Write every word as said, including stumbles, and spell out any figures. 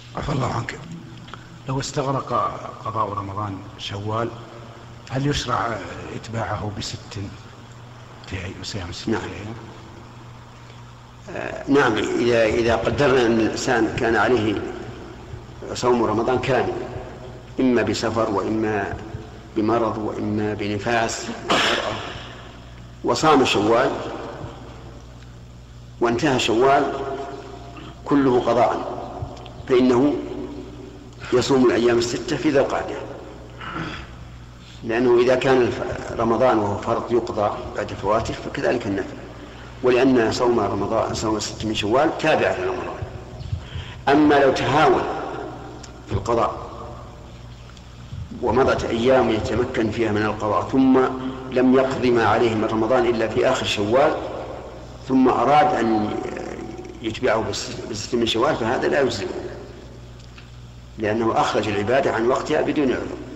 عفى الله عنك، لو استغرق قضاء رمضان شوال هل يشرع إتباعه بست في صيام ست؟ نعم. آه نعم، إذا إذا قدرنا أن الإنسان كان عليه صوم رمضان كامل، إما بسفر وإما بمرض وإما بنفاس وصام شوال وانتهى شوال كله قضاء، فإنه يصوم الأيام الستة في ذي القعدة، لأنه إذا كان رمضان وهو فرض يقضى بعد فواته فكذلك النفل، ولأن صوم رمضان صوم الست من شوال تابع لرمضان. أما لو تهاون في القضاء ومضت أيام يتمكن فيها من القضاء ثم لم يقضي ما عليه من رمضان إلا في آخر شوال ثم أراد أن يتبعه بالست من شوال، فهذا لا يجزئه، لأنه أخرج العبادة عن وقتها بدون عذر.